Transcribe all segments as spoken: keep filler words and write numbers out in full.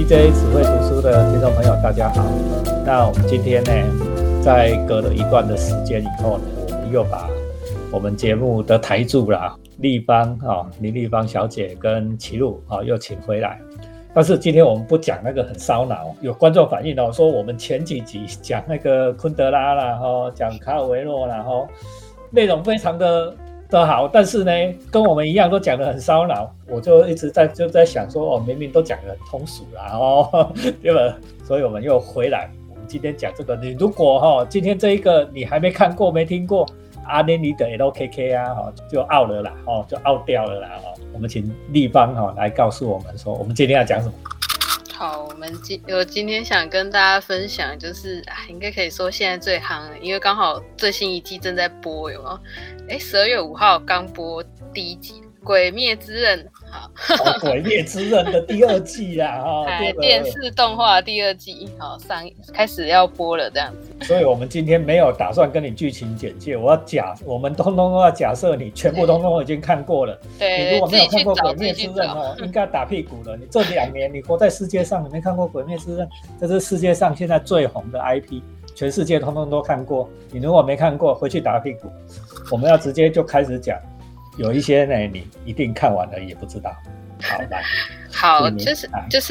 J 只会读书的听众朋友大家好。那我们今天呢，在隔了一段的时间以后呢，我们又把我们节目的台柱啦，立方、哦、林立方小姐跟齐鲁、哦、又请回来。但是今天我们不讲那个很烧脑，有观众反映、哦、说我们前几集讲那个昆德拉啦，哦、讲卡尔维诺啦，哦、内容非常的的好，但是呢，跟我们一样都讲得很烧脑，我就一直在就在想说，哦，明明都讲得很通俗啦，哦，对吧？所以我们又回来，我们今天讲这个，你如果哈、哦，今天这一个你还没看过、没听过，阿年你的 L K K 啊，哦，就 out 了啦，哦，就 out 掉了啦，哦，我们请立方哈、哦、来告诉我们说，我们今天要讲什么？ 好，我们今我今天想跟大家分享，就是啊，应该可以说现在最夯的，因为刚好最新一季正在播，有没有？哎，十二月五号刚播第一集《鬼灭之刃》。好， 哦《鬼灭之刃》的第二季啦，哈、哦， 哎，电视动画第二季，好上开始要播了，这样子。 所以我们今天没有打算跟你剧情简介，我要假，我们通通都要假设你全部通通已经看过了。 对， 你如果没有看过《鬼灭之刃》哦，应该打屁股了。你这两年你活在世界上，你没看过《鬼灭之刃》，这是世界上现在最红的 I P， 全世界通通都看过。你如果没看过，回去打屁股。我们要直接就开始讲，有一些呢，你一定看完了也不知道。好，来， 好，就是就是，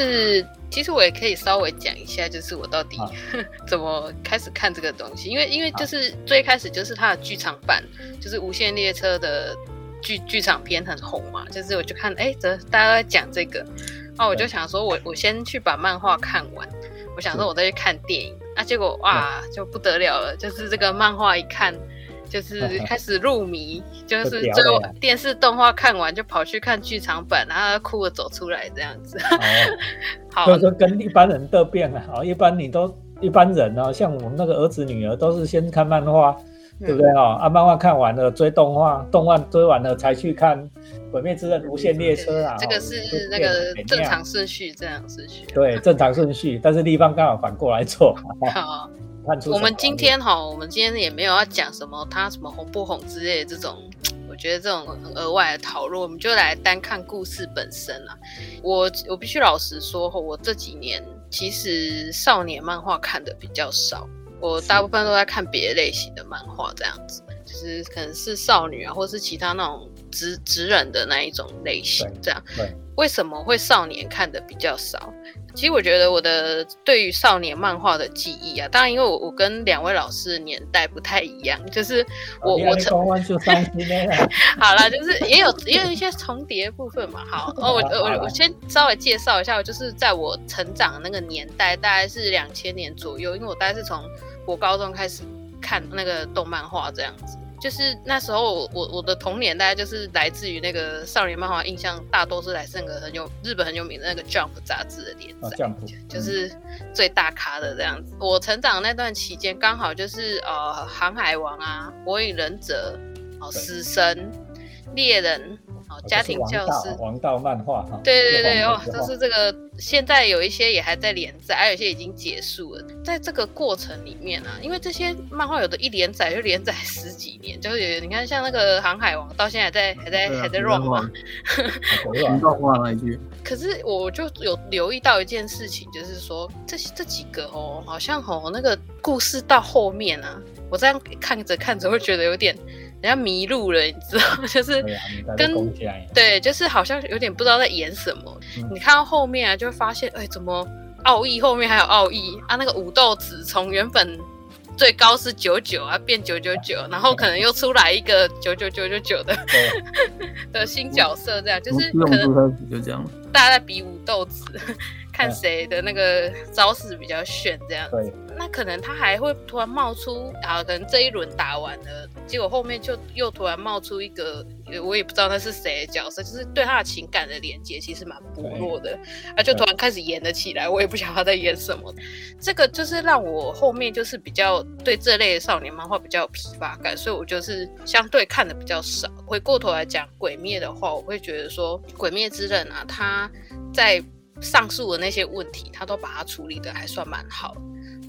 其实我也可以稍微讲一下，就是我到底怎么开始看这个东西，因为因为就是最开始就是它的剧场版，就是《无限列车》的剧剧场片很红嘛，就是我就看，哎，大家都在讲这个，那我就想说我我先去把漫画看完，我想说我再去看电影，啊，结果哇就不得了了，就是这个漫画一看。就是开始入迷，就是就电视动画看完就跑去看剧场版，然后哭着走出来这样子。哦、 好，就是跟一般人的变啊，一般你都一般人哦，像我们那个儿子女儿都是先看漫画，嗯、对不对哦？啊，漫画看完了追动画，动画追完了才去看《鬼灭之刃》无限列车啊。 这个是那个正常顺序，正常顺序。 对，正常顺序，但是地方刚好反过来做。 好。我们今天哈，我们今天也没有要讲什么他什么红不红之类的这种，我觉得这种很额外的讨论，我们就来单看故事本身啦。我我必须老实说，我这几年其实少年漫画看的比较少，我大部分都在看别的类型的漫画，这样子，就是可能是少女啊，或是其他那种直直人的那一种类型，这样。为什么会少年看的比较少？其实我觉得我的对于少年漫画的记忆啊，当然因为我我跟两位老师的年代不太一样，就是我我好啦，就是也有也有一些重叠的部分嘛。好，哦，我我我先稍微介绍一下，就是在我成长的那个年代，大概是两千年左右，因为我大概是从我高中开始看那个动漫画这样子。就是那时候我我的童年大概就是来自于那个少年漫画，印象大多是来自那个很有日本很有名的那个 Jump 杂志的连载，啊、就是最大咖的这样子。我成长那段期间刚好就是呃航海王啊、火影忍者、哦死神、猎人。哦，家庭教师、 王道漫画， 对对对哦，就是这个。现在有一些也还在连载，还有一些已经结束了。在这个过程里面啊，因为这些漫画有的一连载就连载十几年，就是有你看像那个航海王到现在还在还在、啊、还在 run 嘛， 王道画那一句。 可是我就有留意到一件事情，就是说这这几个哦，好像哦那个故事到后面啊，我这样看着看着会觉得有点。人家迷路了，你知道，就是跟 对,、啊、对，就是好像有点不知道在演什么。嗯、你看到后面啊，就会发现，哎，怎么奥义后面还有奥义啊？那个武斗值从原本最高是九九啊，变九九九，然后可能又出来一个九九九九九的的新角色，这样就是可能就这样， 大家在比武斗值。看谁的那个招式比较炫，这样子，那可能他还会突然冒出啊，可能这一轮打完了，结果后面就又突然冒出一个，我也不知道那是谁的角色，就是对他的情感的连接其实蛮薄弱的，啊，就突然开始演了起来，我也不晓得他在演什么。这个就是让我后面就是比较对这类的少年漫画比较有疲乏感，所以我就是相对看的比较少。回过头来讲《鬼灭》的话，我会觉得说《鬼灭之刃》啊，它在上述的那些问题，他都把它处理的还算蛮好。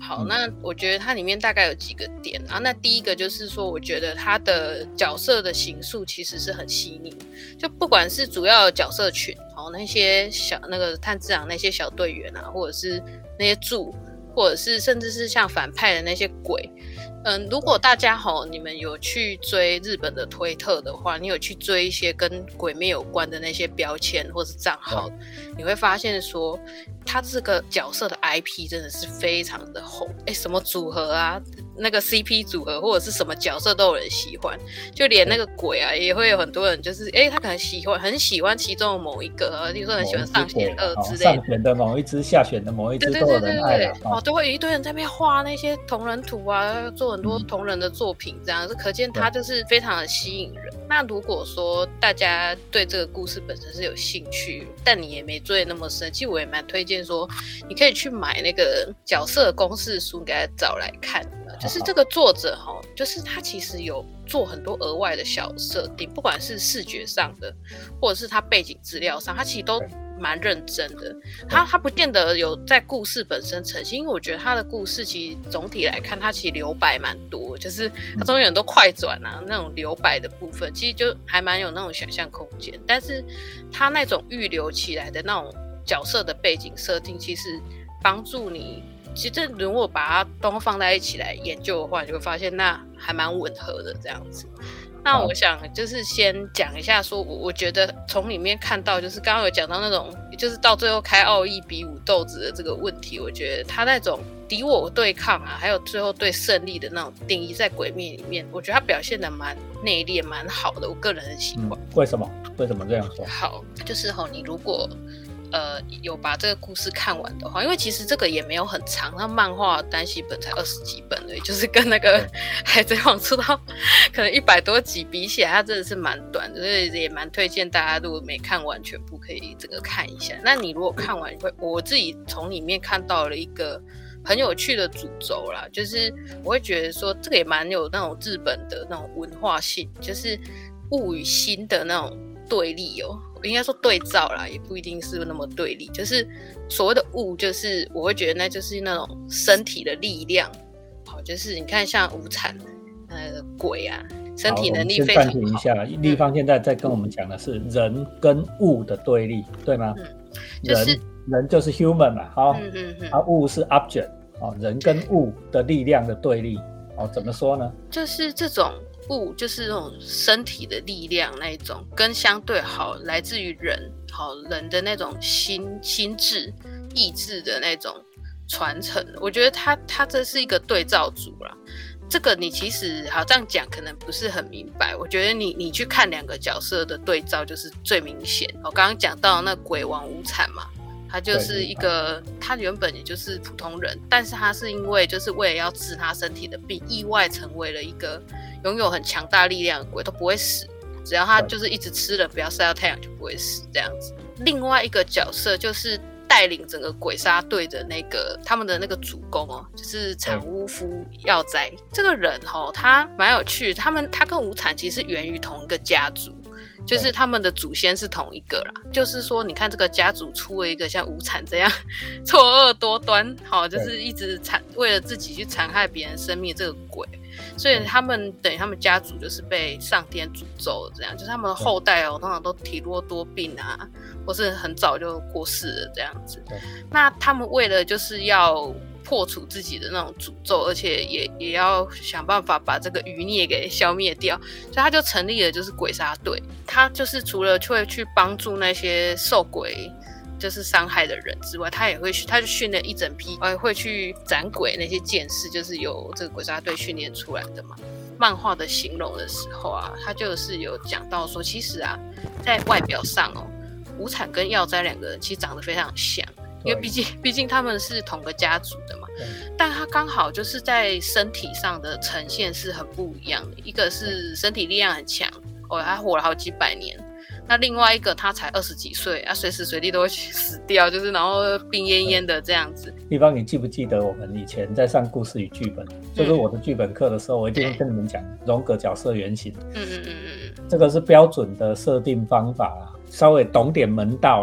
好，那我觉得它里面大概有几个点啊。那第一个就是说，我觉得它的角色的形塑其实是很细腻，就不管是主要的角色群，哦，那些小那个炭治郎那些小队员啊，或者是那些柱，或者是甚至是像反派的那些鬼。嗯，如果大家吼你们有去追日本的推特的话，你有去追一些跟鬼灭有关的那些标签或是账号，你会发现说他这个角色的 I P 真的是非常的红，哎，什么组合啊，那个 C P 组合或者是什么角色都有人喜欢，就连那个鬼啊也会有很多人就是哎他可能喜欢很喜欢其中的某一个，例如说很喜欢上弦二之类的， 上弦的某一只下弦的某一只都有人爱了， 哦，都会有一堆人在那边画那些同人图啊，做很多同人的作品，这样是可见它就是非常的吸引人。那如果说大家对这个故事本身是有兴趣，但你也没追得那么深，其实我也蛮推荐说你可以去买那个角色公式书给他找来看。就是这个作者齁，就是他其实有做很多额外的小设定，不管是视觉上的或者是他背景资料上，他其实都蛮认真的。他他不见得有在故事本身呈现，因为我觉得他的故事其实总体来看，他其实留白蛮多，就是他中间有很多快转啊，那种留白的部分，其实就还蛮有那种想象空间。但是他那种预留起来的那种角色的背景设定，其实帮助你。其实如果把它都放在一起来研究的话，你就会发现那还蛮吻合的这样子。那我想就是先讲一下说，我我觉得从里面看到，就是刚刚有讲到那种，就是到最后开奥义比武斗子的这个问题，我觉得他那种敌我对抗啊，还有最后对胜利的那种定义，在鬼灭里面，我觉得他表现的蛮内敛、蛮好的，我个人很喜欢。 嗯、为什么？为什么这样说？ 好，就是吼，你如果呃，有把这个故事看完的话，因为其实这个也没有很长，那漫画单行本才二十几本而已，就是跟那个海贼王出到可能一百多集比起来，它真的是蛮短的，所以也蛮推荐大家如果没看完全部可以这个看一下。那你如果看完会，我自己从里面看到了一个很有趣的主轴啦，就是我会觉得说这个也蛮有那种日本的那种文化性，就是物与心的那种对立哦。应该说对照啦，也不一定是那么对立，就是所谓的物，就是我会觉得那就是那种身体的力量，好，就是你看像无惨呃鬼啊，身体能力非常好。 先暂停一下，立方现在在跟我们讲的是人跟物的对立，对吗？嗯，就是、人人就是 human 嘛，好，嗯嗯嗯，啊物是 object， 哦，人跟物的力量的对立，哦，怎么说呢？ 就是这种。物就是那种身体的力量那一种，跟相对好来自于人好人的那种心心智意志的那种传承，我觉得他他这是一个对照组啦。这个你其实好这样讲可能不是很明白，我觉得你你去看两个角色的对照就是最明显。我刚刚讲到那鬼王无惨嘛，他就是一个他原本也就是普通人，但是他是因为就是为了要治他身体的病，意外成为了一个拥有很强大力量的鬼，都不会死，只要他就是一直吃了不要晒到太阳就不会死这样子。另外一个角色就是带领整个鬼杀队的那个他们的那个主公哦，就是产屋夫耀哉这个人哦，他蛮有趣的，他们他跟无惨其实是源于同一个家族，就是他们的祖先是同一个啦，就是说你看这个家族出了一个像无惨这样错愕多端，好，就是一直残为了自己去残害别人生命这个鬼，所以他们等于他们家族就是被上天诅咒了，这样就是他们的后代哦，通常都体弱多病啊，或是很早就过世了这样子。那他们为了就是要破除自己的那种诅咒，而且也也要想办法把这个余孽给消灭掉，所以他就成立了就是鬼杀队。他就是除了会去帮助那些受鬼就是伤害的人之外，他也会去，他就训练一整批，呃，会去斩鬼那些剑士，就是由这个鬼杀队训练出来的嘛。漫画的形容的时候啊，他就是有讲到说，其实啊，在外表上哦，无惨跟耀哉两个人其实长得非常像。因为毕竟毕竟他们是同个家族的嘛，但他刚好就是在身体上的呈现是很不一样的，一个是身体力量很强，哦，他活了好几百年，那另外一个他才二十几岁啊，随时随地都会死掉，就是然后病恹恹的这样子。 地方，你记不记得我们以前在上故事与剧本，嗯、就是我的剧本课的时候，我一定会跟你们讲荣格角色原型。嗯嗯嗯嗯，这个是标准的设定方法啦，稍微懂点门道啦。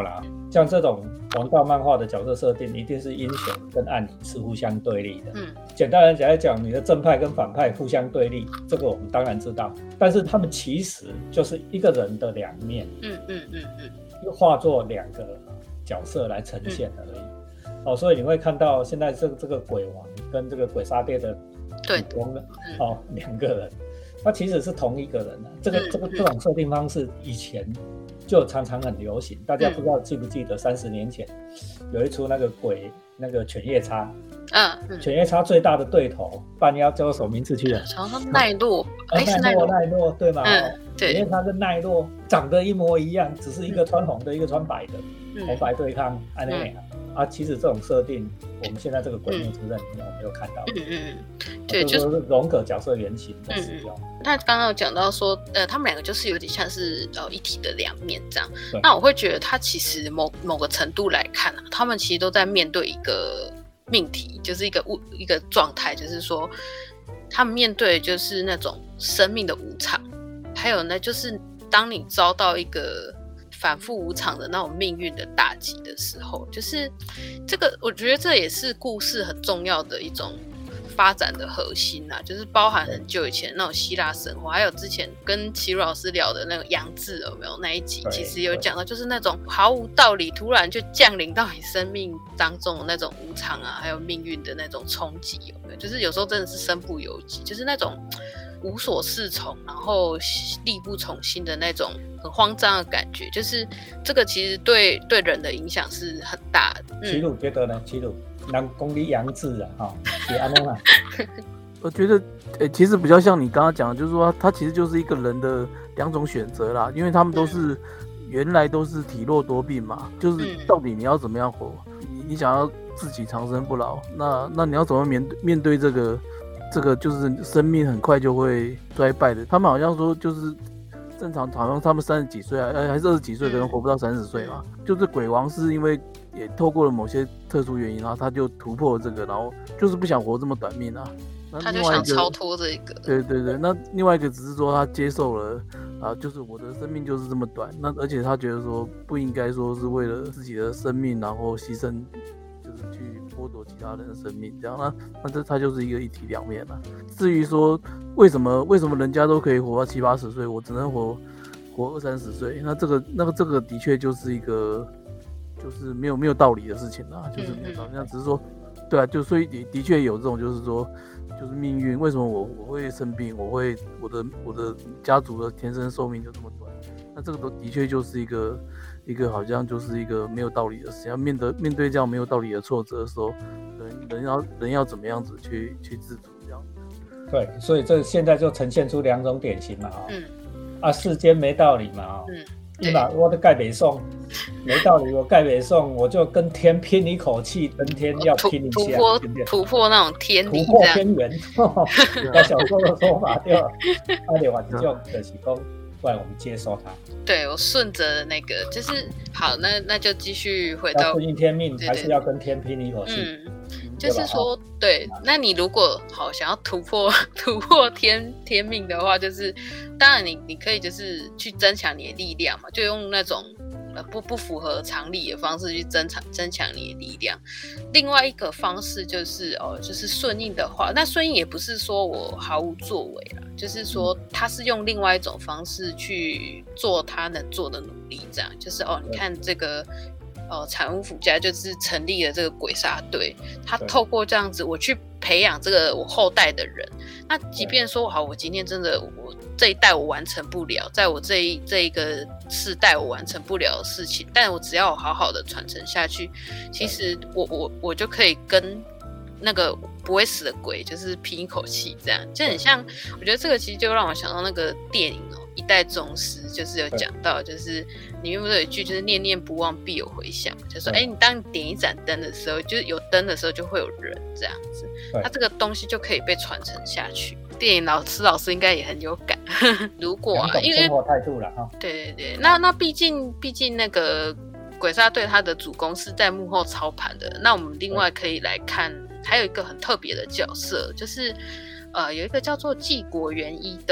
像这种王道漫画的角色设定，一定是英雄跟暗影是互相对立的。嗯，简单来讲，你的正派跟反派互相对立，这个我们当然知道。但是他们其实就是一个人的两面，嗯嗯嗯嗯，又化作两个角色来呈现而已。嗯、哦，所以你会看到现在这个这个鬼王跟这个鬼杀队的对哦两个人，他其实是同一个人啊。这个这个这种设定方式以前就常常很流行，大家不知道记不记得三十年前有一出那个鬼那个犬夜叉，嗯，嗯犬夜叉最大的对头半妖叫什么名字去了？ 好像奈落， 哎、欸，奈落奈落对吗？ 嗯，对， 犬夜叉跟奈落长得一模一样，只是一个穿红的，嗯、一个穿白的，嗯、红白对抗，安内啊。啊，其实这种设定，我们现在这个《鬼灭之刃》里面我们有看到，嗯嗯嗯，对，就是荣格角色原型的使用。 嗯、他刚刚有讲到说，呃，他们两个就是有点像是呃一体的两面这样。那我会觉得，他其实某某个程度来看啊，他们其实都在面对一个命题，就是一个物一个状态，就是说，他们面对的就是那种生命的无常，还有呢，就是当你遭到一个反复无常的那种命运的打击的时候，就是这个我觉得这也是故事很重要的一种发展的核心啊，就是包含很久以前那种希腊神话，还有之前跟齐如老师聊的那个杨志有没有那一集，其实有讲到就是那种毫无道理突然就降临到你生命当中的那种无常啊，还有命运的那种冲击有没有，就是有时候真的是身不由己，就是那种无所适从，然后力不从心的那种很慌张的感觉，就是这个其实对对人的影响是很大的。 齐鲁觉得呢？齐鲁，人讲你杨志啊，哈，是安怎啊？ 我觉得，欸，其实比较像你刚刚讲的，就是说，它其实就是一个人的两种选择啦，因为他们都是、嗯、原来都是体弱多病嘛，就是到底你要怎么样活？你你想要自己长生不老，那那你要怎么面对面对这个？这个就是生命很快就会衰败的。他们好像说就是正常，好像他们三十几岁啊，还是二十几岁，可能活不到三十岁嘛。就是鬼王是因为也透过了某些特殊原因，然后他就突破了这个，然后就是不想活这么短命啊。 他就想超脱这个。 对对对，那另外一个只是说他接受了啊，就是我的生命就是这么短，那而且他觉得说不应该说是为了自己的生命然后牺牲。就是去剥夺其他人的生命，这样那那这它就是一个一体两面了。至于说为什么为什么人家都可以活到七八十岁，我只能活活二三十岁，那这个那个这个的确就是一个就是没有没有道理的事情啦，就是没有道理。那只是说，对啊，就所以的的确有这种就是说就是命运，为什么我我会生病，我会我的我的家族的天生寿命就这么短，那这个都的确就是一个。一个好像就是一个没有道理的事情，要面对面对这样没有道理的挫折的时候，人人要人要怎么样子去去自处这样。 对，所以这现在就呈现出两种典型嘛，嗯，啊，世间没道理嘛，嗯，对嘛，我的盖北宋没道理，我盖北宋我就跟天拼一口气，跟天要拼一下， 突破突破那种天理， 突破天元，那小说的说法对吧？啊，另外一种就是讲。不然我们接受它。 对，我顺着那个，就是好，那那就继续回到顺应天命，还是要跟天拼一口气。嗯， 就是说，对，那你如果好想要突破突破天天命的话，就是当然你你可以就是去增强你的力量嘛，就用那种呃不不符合常理的方式去增强增强你的力量。另外一个方式就是哦，就是顺应的话，那顺应也不是说我毫无作为啦。就是说，他是用另外一种方式去做他能做的努力，这样就是哦，你看这个，呃，产屋府家就是成立了这个鬼杀队，他透过这样子，我去培养这个我后代的人。那即便说好，我今天真的我这一代我完成不了，在我这一这一个世代我完成不了的事情，但我只要我好好的传承下去，其实我我我就可以跟那个不会死的鬼就是拼一口气，这样就很像。我觉得这个其实就让我想到那个电影哦，《一代宗师》，就是有讲到，就是里面不是有一句就是念念不忘必有回响，就说哎，你当你点一盏灯的时候，就是有灯的时候就会有人这样子，它这个东西就可以被传承下去。电影老师老师应该也很有感。如果啊，因为生活态度了哈， 对对对，那那毕竟毕竟那个鬼杀队他的主攻是在幕后操盘的，那我们另外可以来看。还有一个很特别的角色，就是呃，有一个叫做纪国元一的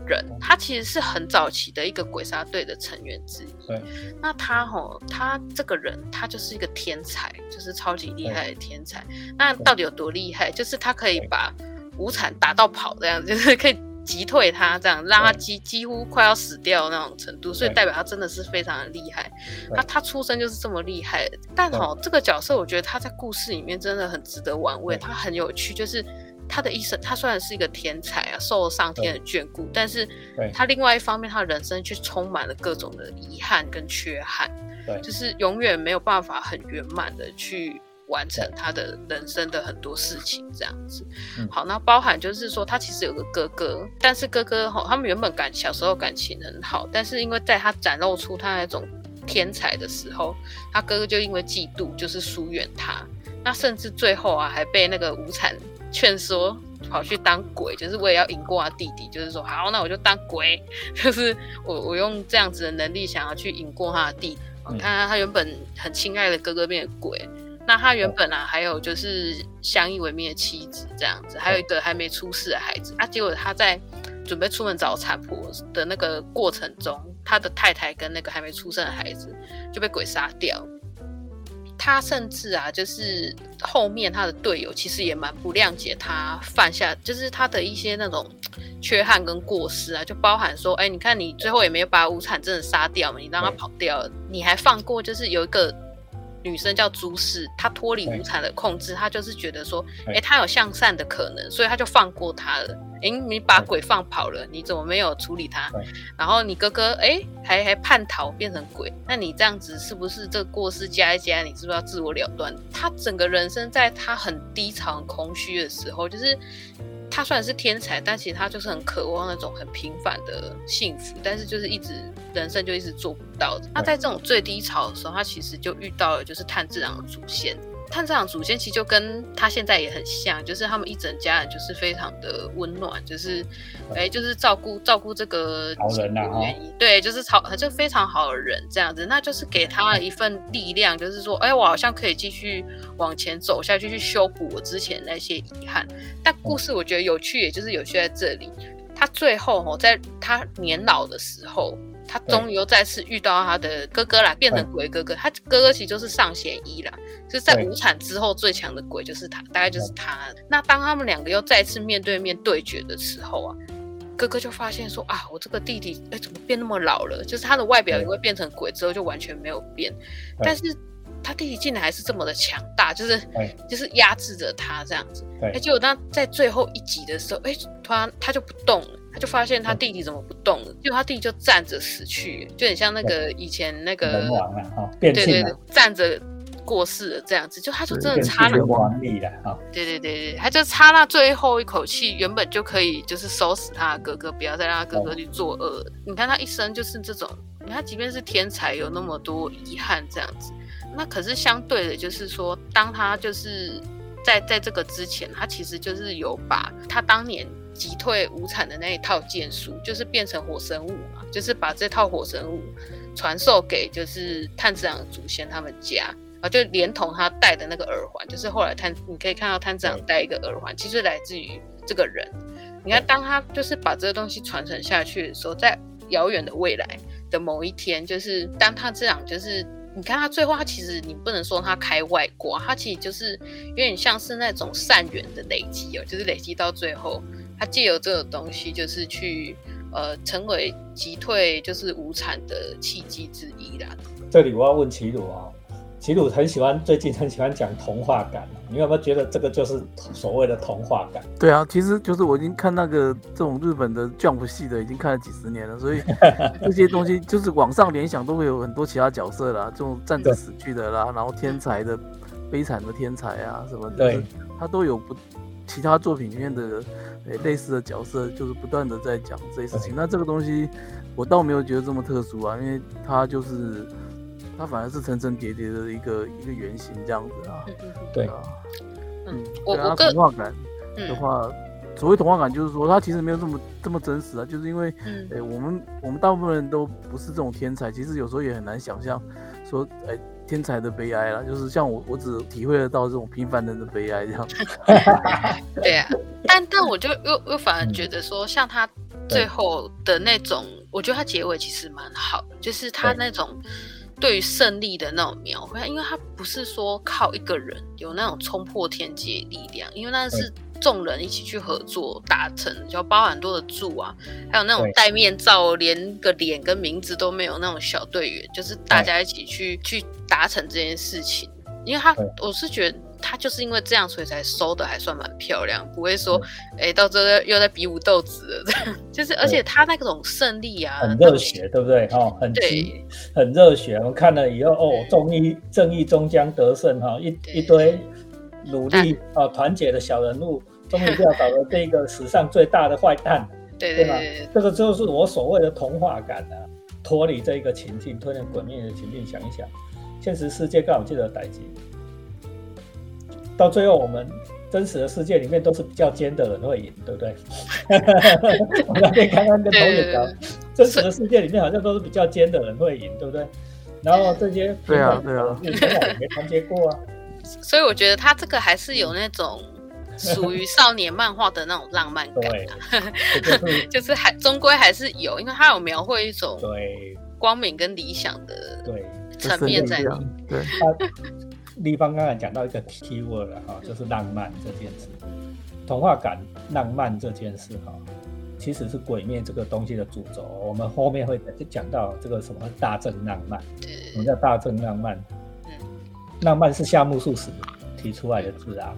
人，他其实是很早期的一个鬼杀队的成员之一。 对， 那他吼，他这个人他就是一个天才，就是超级厉害的天才。那到底有多厉害？就是他可以把无惨打到跑这样，就是可以击退他，这样让他几几乎快要死掉那种程度，所以代表他真的是非常的厉害。他他出生就是这么厉害的，但吼这个角色，我觉得他在故事里面真的很值得玩味，他很有趣，就是他的一生，他虽然是一个天才啊，受了上天的眷顾，但是他另外一方面，他的人生却充满了各种的遗憾跟缺憾，就是永远没有办法很圆满的去完成他的人生的很多事情这样子。嗯、好，那包含就是说他其实有个哥哥，但是哥哥他们原本感小时候感情很好，但是因为在他展露出他那种天才的时候，他哥哥就因为嫉妒就是疏远他，那甚至最后啊还被那个无惨劝说跑去当鬼，就是为了要赢过他弟弟，就是说好，那我就当鬼，就是我我用这样子的能力想要去赢过他的弟弟。你看他原本很亲爱的哥哥变成鬼，那他原本啊还有就是相依为命的妻子这样子，还有一个还没出世的孩子啊，结果他在准备出门找产婆的那个过程中，他的太太跟那个还没出生的孩子就被鬼杀掉。他甚至啊，就是后面他的队友其实也蛮不谅解他犯下，就是他的一些那种缺憾跟过失啊，就包含说，哎，你看你最后也没有把无惨真的杀掉嘛，你让他跑掉了，你还放过，就是有一个女生叫朱氏，她脱离无惨的控制，她就是觉得说，哎，她有向善的可能，所以她就放过他了。哎，你把鬼放跑了，你怎么没有处理他？然后你哥哥哎还还叛逃变成鬼，那你这样子是不是这个过失加一加，你是不是要自我了断？他整个人生在他很低潮、很空虚的时候，就是他虽然是天才，但其实他就是很渴望那种很平凡的幸福，但是就是一直人生就一直做不到。那在这种最低潮的时候，他其实就遇到了就是炭治郎的祖先。炭治郎祖先其实就跟他现在也很像，就是他们一整家人就是非常的温暖，就是哎，就是照顾照顾这个好人啊， 对，就是超就非常好的人这样子，那就是给他一份力量，就是说，哎，我好像可以继续往前走下去，去修补我之前那些遗憾。但故事我觉得有趣，也就是有趣在这里，他最后哦，在他年老的时候。他终于又再次遇到他的哥哥啦，变成鬼哥哥。他哥哥其实就是上弦一啦，就是在无惨之后最强的鬼就是他，大概就是他。那当他们两个又再次面对面对决的时候啊，哥哥就发现说啊，我这个弟弟哎怎么变那么老了？就是他的外表因为变成鬼之后就完全没有变，但是他弟弟竟然还是这么的强大，就是就是压制着他这样子。哎，结果他在最后一集的时候，哎，突然他就不动了。他就发现他弟弟怎么不动了，结果他弟弟就站着死去，就很像那个以前那个人王啊，哦，变性了，对对对， 站着过世了这样子，就他就真的差了王力了啊， 对对对对，他就差那最后一口气，原本就可以就是收拾他的哥哥，不要再让他哥哥去作恶。你看他一生就是这种，你看即便是天才，有那么多遗憾这样子，那可是相对的，就是说当他就是在在这个之前，他其实就是有把他当年。击退无惨的那一套剑术，就是变成火神武嘛，就是把这套火神武传授给就是炭治郎的祖先他们家啊，就连同他戴的那个耳环，就是后来炭你可以看到炭治郎戴一个耳环，其实来自于这个人。你看，当他就是把这个东西传承下去的时候，在遥远的未来的某一天，就是当炭治郎就是你看他最后，他其实你不能说他开外挂，他其实就是有点像是那种善缘的累积哦，就是累积到最后。他借由这个东西，就是去呃成为击退就是无惨的契机之一啦。 这里我要问齐鲁啊，齐鲁很喜欢最近很喜欢讲童话感，你有没有觉得这个就是所谓的童话感？ 对啊，其实就是我已经看那个这种日本的 Jump 系的已经看了几十年了，所以这些东西就是往上联想都会有很多其他角色啦，这种站着死去的啦，然后天才的悲惨的天才啊什么的，对，他都有不。其他作品里面的、欸、类似的角色，就是不断的在讲这些事情。那这个东西，我倒没有觉得这么特殊啊，因为它就是它反而是层层叠叠的一个一个原型这样子啊。 对啊， 嗯，我我童话感的话，嗯、所谓童话感就是说，它其实没有这么这么真实啊，就是因为，嗯欸、我们我们大部分人都不是这种天才，其实有时候也很难想象说，哎、欸。天才的悲哀啦，就是像我，我只体会得到这种平凡人的悲哀这样。 对啊，但但我就又又反而觉得说，像他最后的那种，我觉得他结尾其实蛮好的，就是他那种对于胜利的那种描绘，因为他不是说靠一个人有那种冲破天际的力量，因为那是众人一起去合作达成，就包含很多的柱啊，还有那种戴面罩连个脸跟名字都没有那种小队员，就是大家一起去去达成这件事情。因为他我是觉得他就是因为这样所以才收的还算蛮漂亮，不会说哎、欸、到这个又在比武斗智了这样，就是而且他那种胜利啊很热血对不对、哦、很激很热血，我们看了以后哦，正义正义终将得胜、哦、一, 一堆努力啊团结的小人物终于撂倒了这个史上最大的坏蛋对对 对, 对, 对， 这个就是我所谓的童话感啊，脱离这个情境，脱离鬼灭的情境，想一想现实世界刚好记得代际，到最后我们真实的世界里面都是比较尖的人会赢，对不对？我那天刚刚跟同学讲，真实的世界里面好像都是比较尖的人会赢，对不对？然后这些对啊对啊， 也没团结过啊。 所以我觉得他这个还是有那种属于少年漫画的那种浪漫感、啊，对，就是、就是还终归还是有，因为他有描绘一种对光明跟理想的对层面在里面。 对， 立方刚才讲到一个 keyword 了哈，就是浪漫这件事，童话感、浪漫这件事哈，其实是鬼灭这个东西的主轴。我们后面会讲到这个什么大正浪漫，什么叫大正浪漫？嗯、浪漫是夏目漱石提出来的字啊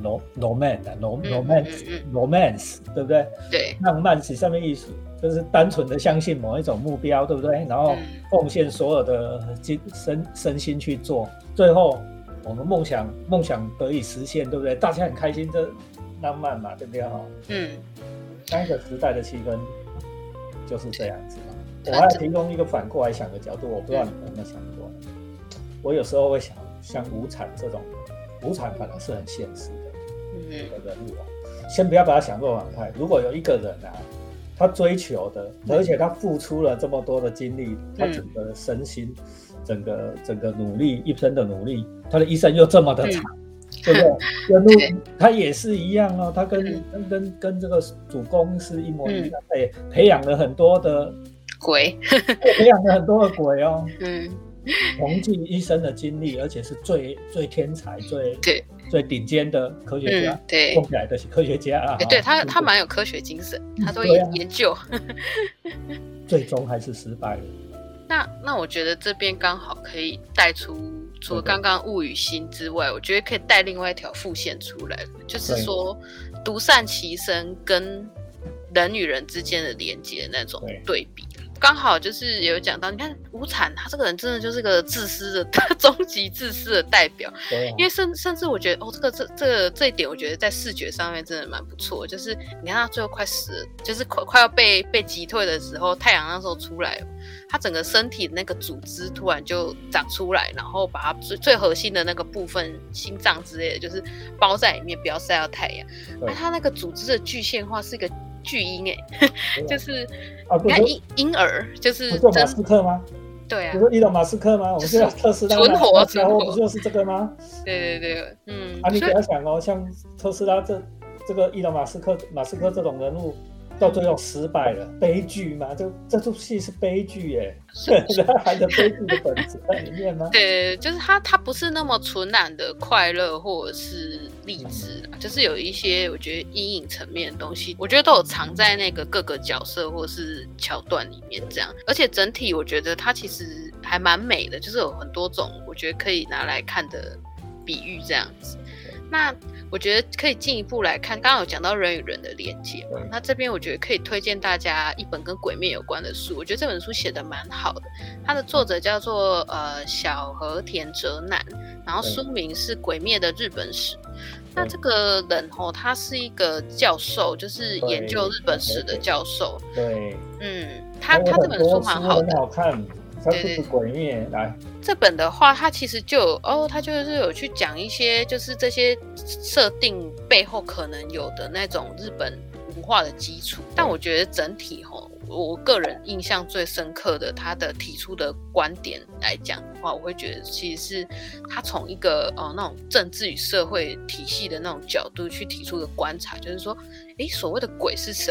，romance，romance，romance，、嗯、对不对？ 对， 浪漫是上面意思就是单纯的相信某一种目标，对不对？然后奉献所有的身身心去做，最后我们梦想梦想得以实现，对不对？大家很开心，这浪漫嘛，对不对？嗯，那个时代的气氛就是这样子嘛。我还提供一个反过来想的角度，我不知道你有没有想过。我有时候会想，像无产这种，无产反而是很现实的一个人物啊。先不要把他想作反派，如果有一个人啊，他追求的，而且他付出了这么多的精力，他整个身心。整个整个努力一生的努力，他的一生又这么的长，嗯、对不对？跟路他也是一样哦，他跟、嗯、跟跟跟这个主公是一模一样，他也、嗯、培养了很多的鬼， 培养了很多的鬼哦，嗯，穷尽一生的精力，而且是最最天才、最最顶尖的科学家，嗯、对，供起来的科学家啊， 欸、对他他蛮有科学精神，他都研研究，啊、 最终还是失败了。 那那我觉得这边刚好可以带出，除了刚刚物与心之外，我觉得可以带另外一条副线出来，就是说独善其身跟人与人之间的连接那种对比。刚好就是有讲到，你看无产他这个人真的就是个自私的终极自私的代表，因为甚甚至我觉得哦，这个这这个这一点，我觉得在视觉上面真的蛮不错。就是你看他最后快死了，就是快快要被被击退的时候，太阳那时候出来，他整个身体的那个组织突然就长出来，然后把他最最核心的那个部分，心脏之类的，就是包在里面，不要晒到太阳。那他那个组织的具现化是一个巨婴哎，就是你看婴婴儿，就是不是马斯克吗？ 对啊， 不是伊隆马斯克吗？我们知道特斯拉存活存活不就是这个吗？ 对对对，嗯， 啊，你给他想哦，像特斯拉这这个伊隆马斯克马斯克这种人物。到最后失败了，悲剧嘛？这这出戏是悲剧耶，它含着悲剧的本质在里面吗？ 对，就是他他不是那么纯然的快乐或者是励志啦，就是有一些我觉得阴影层面的东西，我觉得都有藏在那个各个角色或是桥段里面这样。而且整体我觉得它其实还蛮美的，就是有很多种我觉得可以拿来看的比喻这样子。那我觉得可以进一步来看，刚刚有讲到人与人的连接嘛，那这边我觉得可以推荐大家一本跟鬼灭有关的书，我觉得这本书写得蛮好的，它的作者叫做呃小和田哲男，然后书名是《鬼灭的日本史》。那这个人哦，他是一个教授，就是研究日本史的教授。 对， 嗯，他他这本书蛮好的， 很好看。它不是鬼灭来这本的话，它其实就有哦，它就是有去讲一些，就是这些设定背后可能有的那种日本文化的基础。但我觉得整体吼，我个人印象最深刻的，他的提出的观点来讲的话，我会觉得其实是他从一个呃那种政治与社会体系的那种角度去提出的观察，就是说，诶，所谓的鬼是什么？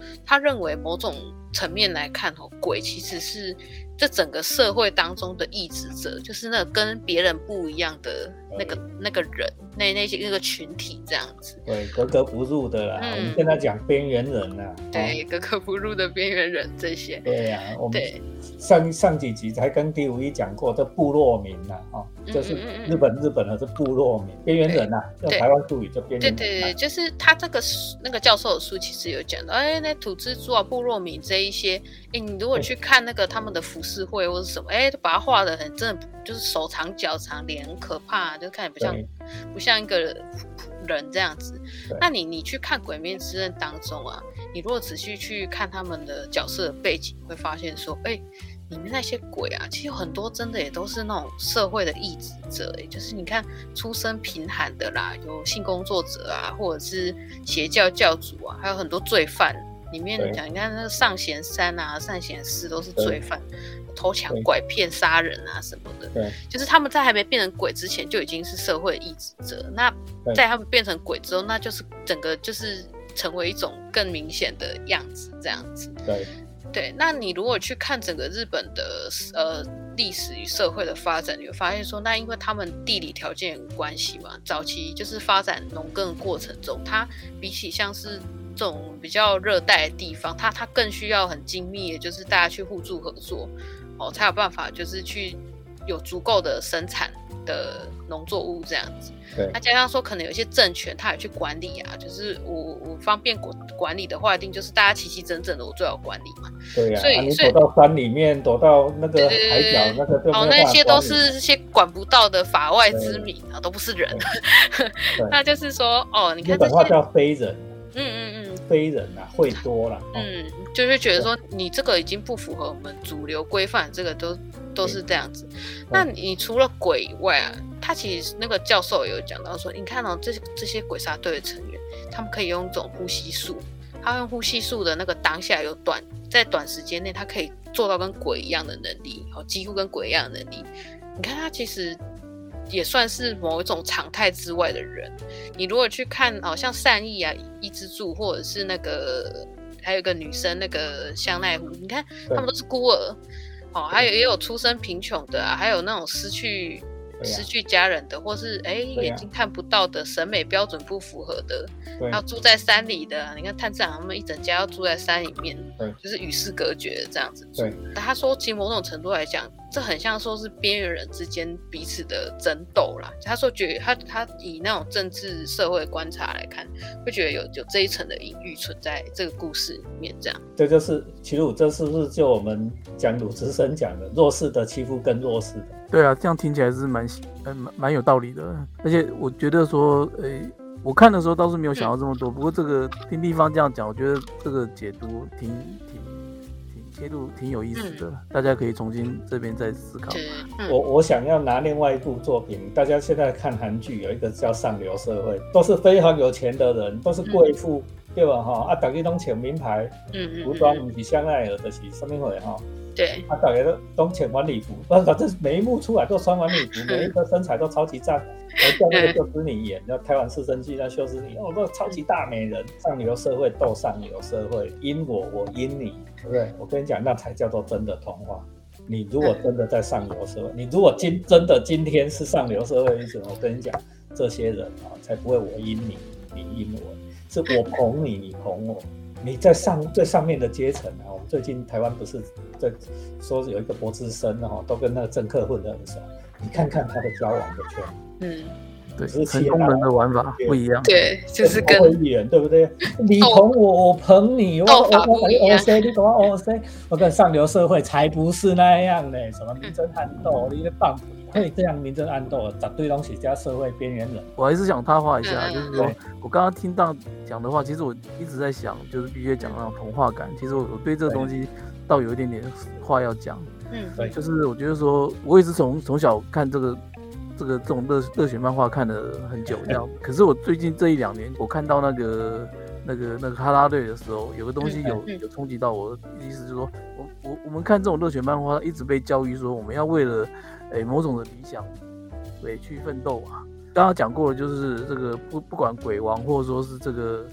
他认为某种层面来看哦，鬼其实是这整个社会当中的异质者，就是那个跟别人不一样的那个那个人，那那些那个群体这样子。 对，格格不入的啦。嗯、我们现在讲边缘人啊。 对，格格不入的边缘人这些。 对啊，我们上上几集才跟第五一讲过，这部落民啊，哦，就是日本、嗯嗯嗯、日本的是部落民，边缘人啊，用台湾术语就边缘人、啊。 对对对，就是他这个那个教授的书其实有讲到，哎，那土蜘蛛啊、部落民这一些，哎，你如果去看那个他们的浮世绘或者什么，哎，把它画的很真的，就是手长脚长，脸很可怕，就看起来不像不像一个人这样子。那你你去看《鬼灭之刃》当中啊，你如果仔细去看他们的角色的背景，会发现说，哎，里面那些鬼啊，其实有很多真的也都是那种社会的异质者，哎，就是你看出身贫寒的啦，有性工作者啊，或者是邪教教主啊，还有很多罪犯。里面讲，你看那个上弦三啊、上弦四都是罪犯，偷抢、拐骗、杀人啊什么的。对，就是他们在还没变成鬼之前就已经是社会异质者。那在他们变成鬼之后，那就是整个就是成为一种更明显的样子，这样子。对对，那你如果去看整个日本的呃历史与社会的发展，你会发现说，那因为他们地理条件有关系嘛，早期就是发展农耕的过程中，它比起像是这种比较热带的地方，它它更需要很精密的，就是大家去互助合作，哦，才有办法就是去有足够的生产的农作物这样子。那加上说，可能有一些政权他也去管理啊，就是我我方便管理的话，一定就是大家齐齐整整的，我最好管理嘛。对呀、啊，所以、啊、 你躲到山里面，躲到那个海角，那个哦，那些都是这些管不到的法外之民啊，都不是人。那就是说，哦，你看这些，日本话叫非人。 嗯嗯嗯， 非人啊，会多了。 嗯，就是觉得说你这个已经不符合我们主流规范，这个都都是这样子。那你除了鬼以外啊，他其实那个教授有讲到说，你看哦，这这些鬼杀队的成员，他们可以用这种呼吸术，他用呼吸术的那个当下有短，在短时间内，他可以做到跟鬼一样的能力，几乎跟鬼一样的能力。你看他其实也算是某一种常态之外的人。你如果去看，好、哦、像善意啊、伊之助，或者是那个还有一个女生那个香奈乎，你看他们都是孤儿，哦，还有也有出身贫穷的啊，还有那种失去。失去家人的，或是哎、欸、眼睛看不到的，审美标准不符合的，要住在山里的，你看炭治郎他们一整家要住在山里面，就是与世隔绝的这样子住。但他说，其实某种程度来讲，这很像说是边缘人之间彼此的争斗啦。他说觉得他他以那种政治社会观察来看，会觉得有有这一层的隐喻存在这个故事里面，这样。 这就是其实这是不是就我们讲鲁智深讲的弱势的欺负更弱势的？ 对啊，这样听起来是蛮蛮蛮有道理的，而且我觉得说，诶，我看的时候倒是没有想到这么多，不过这个听地方这样讲，我觉得这个解读挺挺挺切入挺有意思的，嗯、大家可以重新这边再思考。 嗯、我我想要拿另外一部作品，大家现在看韩剧有一个叫《上流社会》，都是非常有钱的人，都是贵妇，嗯、对吧？哈啊，大家都穿名牌，嗯服装不是香奈儿，就是什么会哈。 对， 他、啊、大家都都穿晚礼服，反正每一幕出来都穿晚礼服，每一个身材都超级赞。我叫那个秀斯尼演，要开完师生剧，那秀斯尼哦，那超级大美人，上流社会斗上流社会，因我我因你，对不对？我跟你讲，那才叫做真的童话。你如果真的在上流社会，你如果今真的今天是上流社会的时候，我跟你讲，这些人啊，才不会我因你，你因我，是我捧你，你捧我。你在上最上面的阶层啊，我们最近台湾不是在说有一个博士生哦，都跟那个政客混得很熟。你看看他的交往的圈， 嗯， 对，成功人的玩法不一样， 对，就是跟艺人对不对？你捧我，我捧你，我我我你 O C， 你跟我 O C， 我跟上流社会才不是那样呢，什么明争暗斗，你在棒会这样明争暗斗，绝对都是加社会边缘人。 我还是想插话一下，嗯、就是说我刚刚听到讲的话，其实我一直在想，就是必须讲那种童话感。其实我我对这个东西倒有一点点话要讲。嗯，对，就是我觉得说，我也是从从小看这个这个这种热热血漫画看了很久这样。可是我最近这一两年，我看到那个那个那个哈拉队的时候，有个东西有有冲击到我的意思，就是说我我我们看这种热血漫画，一直被教育说我们要为了诶、欸、某种的理想，对，去奋斗啊。刚刚讲过的就是这个不不管鬼王或者说是这个这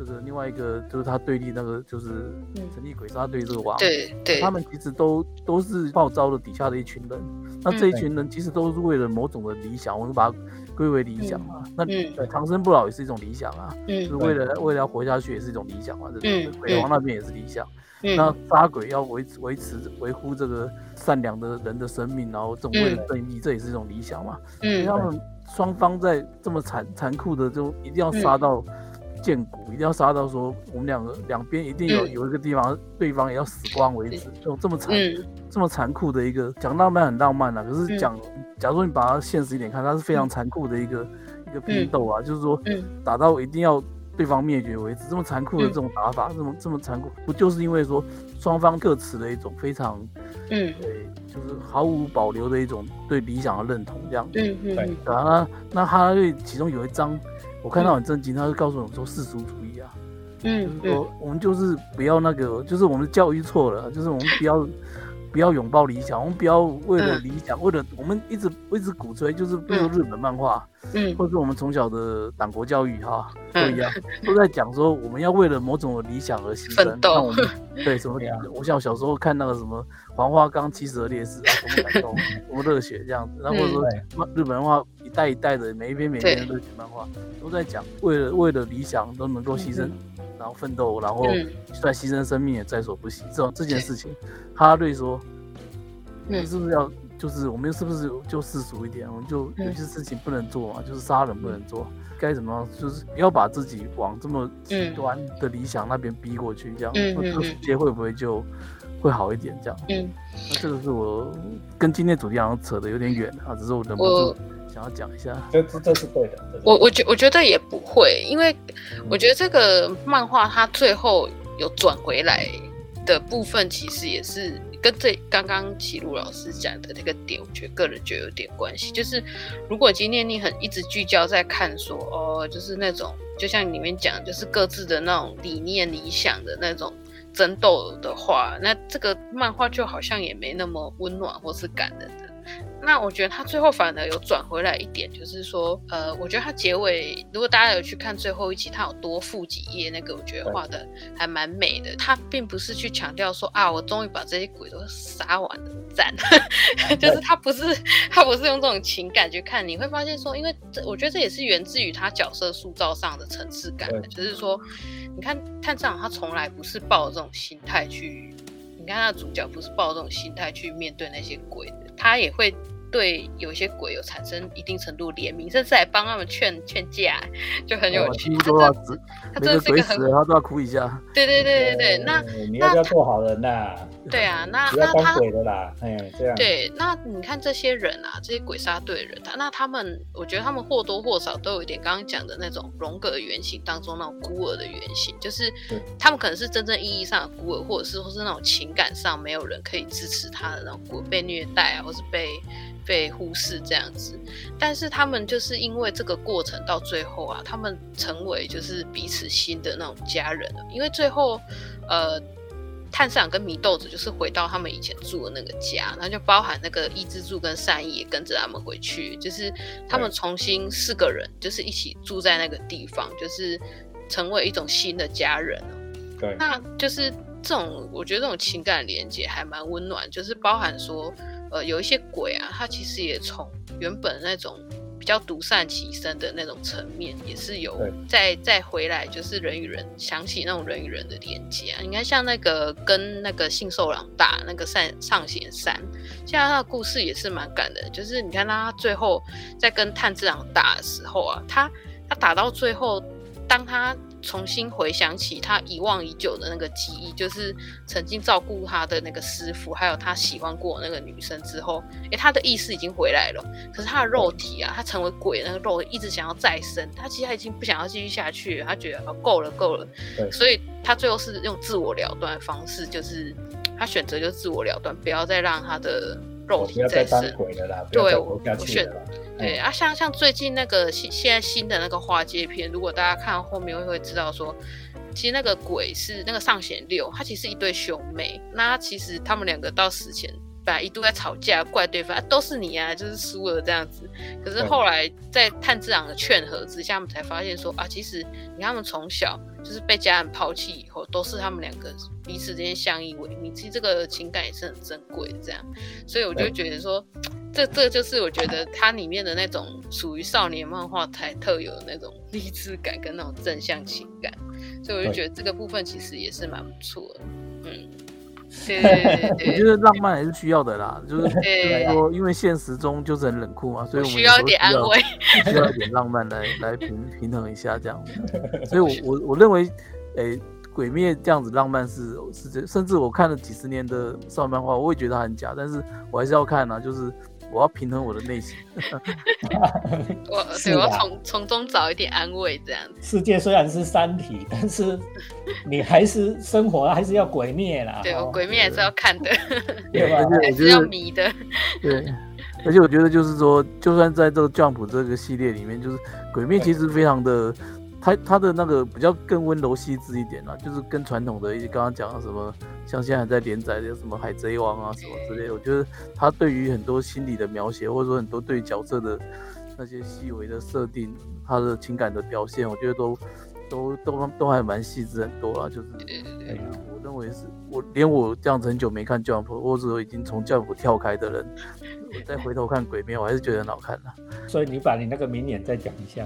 这个另外一个就是他对立那个就是神力鬼杀队这个王， 对对， 他们其实都都是号召了底下的一群人，那这一群人其实都是为了某种的理想，我们把它归为理想嘛。嗯、那长生不老也是一种理想啊，嗯、就是为了为了要活下去也是一种理想嘛，对不对？嗯、鬼王那边也是理想。嗯、那杀鬼要维维持维护这个善良的人的生命，然后这种为了正义，嗯、这也是一种理想嘛。嗯，他们双方在这么残残酷的，就一定要杀到见骨，嗯、一定要杀到说我们两个两边一定有、嗯、有一个地方对方也要死光为止，这种这么残、嗯、这么残酷的一个讲浪漫很浪漫啊，可是讲、嗯、假如说你把它现实一点看，它是非常残酷的一个、嗯、一个拼斗啊，就是说、嗯、打到一定要对方灭绝为止，这么残酷的这种打法，嗯、这么这么残酷，不就是因为说双方各持了一种非常，嗯，对，就是毫无保留的一种对理想的认同，这样子，嗯嗯，对，那那他其中有一章我看到很震惊，他就告诉我们说世俗主义啊，嗯，就是说我们就是不要那个，就是我们的教育错了，就是我们不要。不要拥抱理想，我们不要为了理想，嗯、为了我们一直一直鼓吹，就是比如日本漫画，嗯，或者是我们从小的党国教育哈，都一样，都在讲说我们要为了某种的理想而牺牲。 奋斗。 我们对什么？我像小时候看那个什么黄花岗七十二烈士啊，多么感动，多么热血这样子。然后或者说日本漫画一代一代的每一篇每一篇的热血漫画，都在讲为了为了理想都能够牺牲。嗯然后奋斗，然后虽然牺牲生命也在所不惜。这种这件事情，哈瑞说：“你是不是要，就是我们是不是就世俗一点？我们就有些事情不能做嘛，就是杀人不能做，该怎么样？就是不要把自己往这么极端的理想那边逼过去，这样，那这个世界会不会就会好一点？这样。嗯，那这个是我跟今天主题好像扯得有点远啊，只是我忍不住。”想要讲一下， 这这是对的。 我我觉我觉得也不会，因为我觉得这个漫画它最后有转回来的部分，其实也是跟这刚刚启路老师讲的那个点，我觉得个人觉得有点关系。就是如果今天你很一直聚焦在看说，哦，就是那种就像里面讲，就是各自的那种理念、理想的那种争斗的话，那这个漫画就好像也没那么温暖或是感人的。那我觉得他最后反而有转回来一点，就是说，呃，我觉得他结尾，如果大家有去看最后一集，他有多附几页，那个我觉得画的还蛮美的。他并不是去强调说啊，我终于把这些鬼都杀完了，赞，就是他不是他不是用这种情感去看，你会发现说，因为这我觉得这也是源自于他角色塑造上的层次感，就是说，你看探长他从来不是抱着这种心态去。你看他的主角不是抱这种心态去面对那些鬼的，他也会对有些鬼有产生一定程度的怜悯，甚至还帮他们劝劝架，就很有趣。 他都要死，他真的是一个很，他都要哭一下。 对对对对对，那你要不要做好人呐？ 对啊，那不要当鬼的啦，哎，这样。 对，那你看这些人啊，这些鬼杀队的人，那他们，我觉得他们或多或少都有一点刚刚讲的那种荣格原型当中那种孤儿的原型，就是他们可能是真正意义上的孤儿，或者是或是那种情感上没有人可以支持他的那种孤儿，被虐待啊，或是被被忽视这样子。但是他们就是因为这个过程到最后啊，他们成为就是彼此新的那种家人了，因为最后呃。炭治郎跟祢豆子就是回到他们以前住的那个家，然后就包含那个伊之助跟善逸也跟着他们回去，就是他们重新四个人就是一起住在那个地方，就是成为一种新的家人了。 对， 那就是这种我觉得这种情感连结还蛮温暖，就是包含说呃有一些鬼啊，他其实也从原本那种比较独善其身的那种层面，也是有再再回来，就是人与人想起那种人与人的连接啊。你看，像那个跟那个信受郎打那个上上弦三，现在他的故事也是蛮感人的。就是你看他最后在跟炭治郎打的时候啊，他他打到最后，当他重新回想起他遗忘已久的那个记忆，就是曾经照顾他的那个师傅，还有他喜欢过的那个女生之后，诶，他的意识已经回来了，可是他的肉体啊，他成为鬼的那个肉一直想要再生，他其实他已经不想要继续下去了，他觉得啊够了够了，所以他最后是用自我了断的方式，就是他选择就自我了断，不要再让他的肉体再生， 不要再当鬼了啦， 对， 不要再活下去了啦。 对啊，像像最近那个现在新的那个花街片，如果大家看到后面会知道说，其实那个鬼是那个上弦六，他其实是一对兄妹，那其实他们两个到死前本来一度在吵架，怪对方、啊、都是你啊，就是输了这样子。可是后来在炭治郎的劝和之下，他们才发现说啊，其实你看他们从小就是被家人抛弃以后，都是他们两个彼此之间相依为命，其实这个情感也是很珍贵的这样，所以我就觉得说，这这就是我觉得它里面的那种属于少年漫画才特有的那种励志感跟那种正向情感，所以我就觉得这个部分其实也是蛮不错的，嗯。对对对对对， 我觉得浪漫还是需要的啦，就是就是说，因为现实中就是很冷酷嘛，所以我们需要一点安慰， 需要一点浪漫来来平平衡一下这样。所以我我我认为，诶、欸，鬼灭这样子浪漫是是，甚至我看了几十年的少年漫画，我也觉得它很假，但是我还是要看啊，就是我要平衡我的内心。 我对，我要从从中找一点安慰，这样子。 世界虽然是三体，但是你还是生活还是要鬼灭啦。 对，我鬼灭还是要看的， 对吧？ 还是要迷的。 对，而且我觉得就是说，就算在这个 Jump 这个系列里面，就是鬼灭其实非常的。他他的那个比较更温柔细致一点啦，就是跟传统的一些刚刚讲的什么，像现在还在连载的什么海贼王啊什么之类的，我觉得他对于很多心理的描写，或者说很多对于角色的那些细微的设定，他的情感的表现，我觉得都都都都还蛮细致很多啦。就是，欸、我认为是我连我这样子很久没看 Jump， 或者已经从 Jump 跳开的人，我再回头看鬼灭，我还是觉得很好看啦。 所以你把你那个名言再讲一下。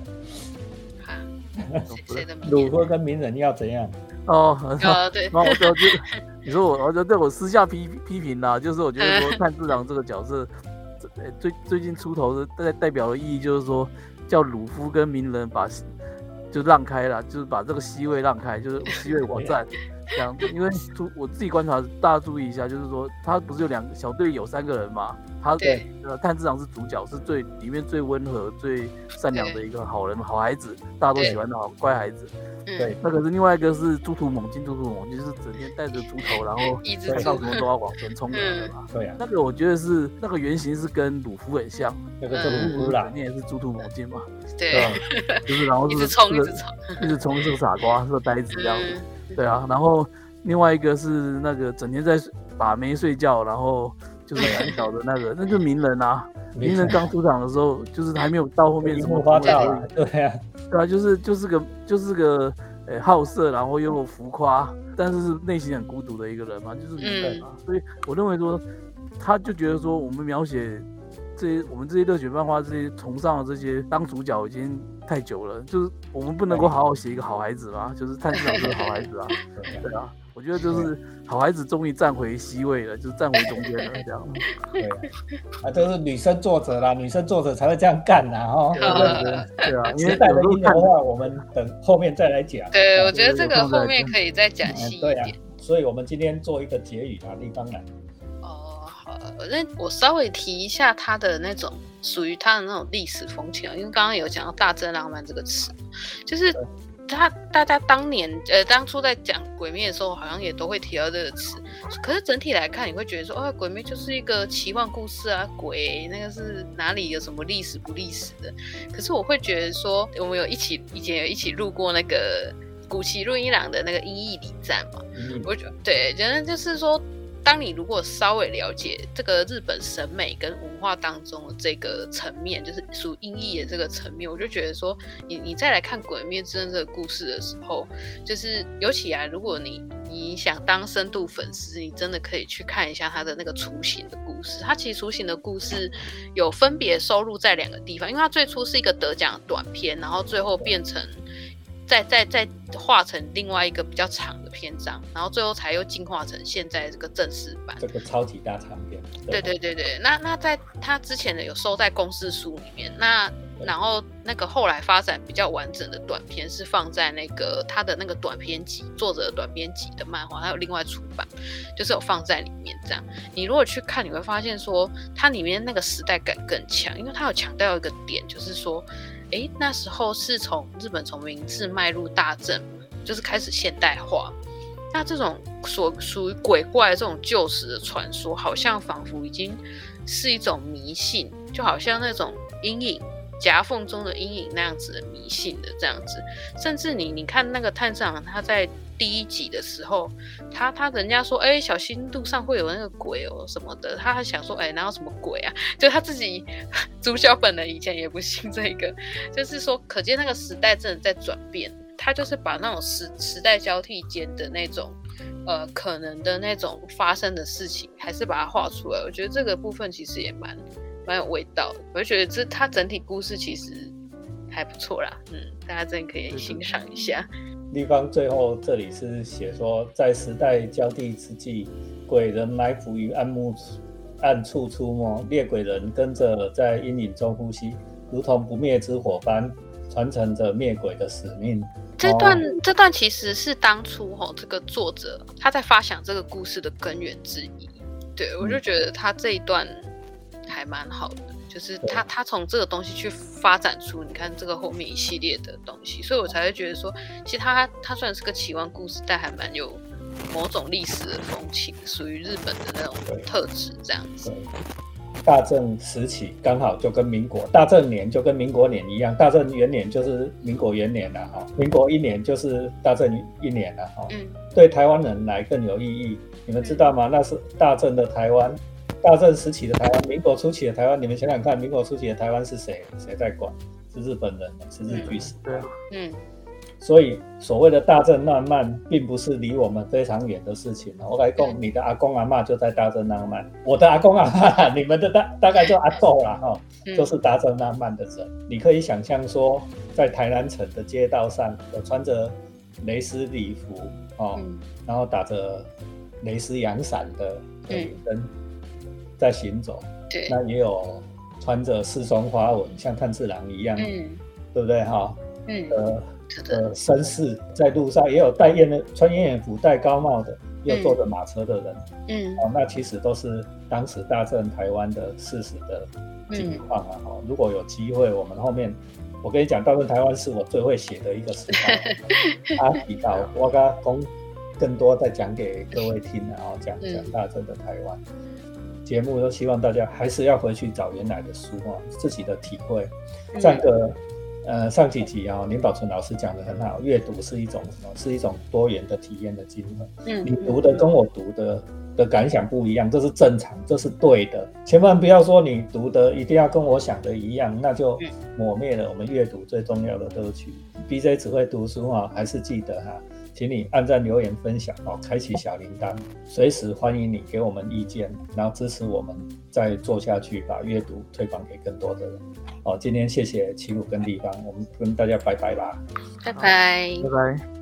谁的名言？ 鲁夫跟鸣人要怎样？ 哦， 哦对， 然后我就你说我，我就对我私下批批评啦，就是我觉得说炭治郎这个角色，最最近出头的代代表的意义就是说，叫鲁夫跟鸣人把就让开了，就是把这个席位让开，就是席位我占这样子。因为我自己观察，大家注意一下，就是说他不是有两个小队有三个人嘛？他呃炭治郎是主角，是最里面最温和、最善良的一个好人、好孩子，大家都喜欢的好乖孩子。对，那可是另外一个是猪突猛进，猪突猛进就是整天带着猪头，然后看到什么都要往前冲的人嘛。 对啊， 那个我觉得是那个原型是跟鲁夫很像， 那个是鲁夫啦， 你也是猪突猛进嘛。 对， 就是然后是一直冲一直冲， 一直冲是个傻瓜，是个呆子这样子。对啊，然后另外一个是那个整天在把妹睡觉，然后就是胆小的那个，那就是鸣人啊。鸣人刚出场的时候，就是还没有到后面什么花道啊，对啊， 对啊，就是就是个就是个呃好色，然后又浮夸，但是是内心很孤独的一个人嘛，就是鸣人嘛。所以我认为说，他就觉得说，我们描写这些我们这些热血漫画这些崇尚的这些当主角已经太久了，就是我们不能够好好写一个好孩子嘛，就是炭治郎是个好孩子啊，对啊。我觉得就是好孩子终于站回 C 位了，就是站回中间了，这样。 对啊，这是女生作者啦，女生作者才会这样干啦，哦。 对啊，对啊， 因为带的音的话，我们等后面再来讲。 对，我觉得这个后面可以再讲细一点。 对啊，所以我们今天做一个结语啊，立方来。 哦，好，那我稍微提一下他的那种属于他的那种历史风情，因为刚刚有讲到大正浪漫这个词，就是。他大家当年呃当初在讲鬼灭的时候，好像也都会提到这个词。可是整体来看，你会觉得说，哦，鬼灭就是一个奇幻故事啊，鬼那个是哪里有什么历史不历史的？可是我会觉得说，我们有一起以前有一起录过那个古崎润一郎的那个音译礼赞嘛，嗯、我觉得对，觉得就是说。当你如果稍微了解这个日本审美跟文化当中的这个层面，就是属于音译的这个层面，我就觉得说你，你再来看《鬼灭之刃》这个故事的时候，就是尤其啊，如果你你想当深度粉丝，你真的可以去看一下他的那个雏形的故事。他其实雏形的故事有分别收录在两个地方，因为他最初是一个得奖的短片，然后最后变成。再再再画成另外一个比较长的篇章，然后最后才又进化成现在这个正式版， 这个超级大长篇。 对对对对，那那在他之前的有收在公式书里面，那然后那个后来发展比较完整的短篇是放在那个他的那个短篇集作者的短篇集的漫画，还有另外出版，就是有放在里面这样。你如果去看，你会发现说它里面那个时代感更强，因为它有强调一个点，就是说。诶，那时候是从日本从明治迈入大正，就是开始现代化。那这种所属于鬼怪的这种旧时的传说，好像仿佛已经是一种迷信，就好像那种阴影夹缝中的阴影那样子的迷信的这样子。甚至你你看那个炭治郎，他在第一集的时候，他他人家说，哎，小心路上会有那个鬼哦什么的，他还想说，哎，哪有什么鬼啊？就他自己主角本人以前也不信这个，就是说，可见那个时代真的在转变。 他就是把那种时时代交替间的那种呃可能的那种发生的事情，还是把它画出来。我觉得这个部分其实也蛮蛮有味道的。我就觉得这它整体故事其实还不错啦，嗯，大家真的可以欣赏一下。 地方最后这里是写说，在时代交替之际，鬼人埋伏于暗木暗处出没，猎鬼人跟着在阴影中呼吸，如同不灭之火般传承着灭鬼的使命。 这段、哦、这段其实是当初、哦、这个作者他在发想这个故事的根源之一。对，我就觉得他这一段还蛮好的，就是他他从这个东西去发展出你看这个后面一系列的东西，所以我才会觉得说，其实他他虽然是个奇幻故事，但还蛮有某种历史的风情，属于日本的那种特质这样子。 大正时期刚好就跟民国大正年就跟民国年一样，大正元年就是民国元年了哈，民国一年就是大正一年了哈。嗯，对台湾人来更有意义。你们知道吗？那是大正的台湾，大正时期的台湾，民国初期的台湾，你们想想看，民国初期的台湾是谁？谁在管？是日本人，是日据时代。嗯。所以所谓的大正浪漫并不是离我们非常远的事情。我跟你说，你的阿公阿嬷就在大正浪漫，我的阿公阿嬷，你们的 大, 大概就阿祖啦，都是大正浪漫的人。你可以想象说，在台南城的街道上，有穿着蕾丝礼服、哦嗯、然后打着蕾丝阳伞的女生在行走，嗯、那也有穿着四双花纹，像炭治郎一样，嗯、对不对哈？嗯。呃呃，绅士在路上也有戴燕的穿燕燕服、戴高帽的，也有坐着马车的人，嗯，哦，那其实都是当时大正台湾的事实的情况啊。嗯、如果有机会，我们后面我跟你讲，大正台湾是我最会写的一个时代，他提到我刚刚更多再讲给各位听啊，讲讲大正的台湾。节目都希望大家还是要回去找原来的书啊，自己的体会，这样个。呃，上几集啊、哦，林宝存老师讲得很好，阅读是一种是一种多元的体验的经历。嗯，你读的跟我读的的感想不一样，这是正常，这是对的。千万不要说你读的一定要跟我想的一样，那就抹灭了我们阅读最重要的乐趣。B J 只会读书啊，还是记得哈、啊，请你按赞、留言、分享哦，开启小铃铛，随时欢迎你给我们意见，然后支持我们再做下去，把阅读推广给更多的人。哦，今天谢谢齐鲁跟地方，我们跟大家拜拜吧， 拜拜， 拜拜。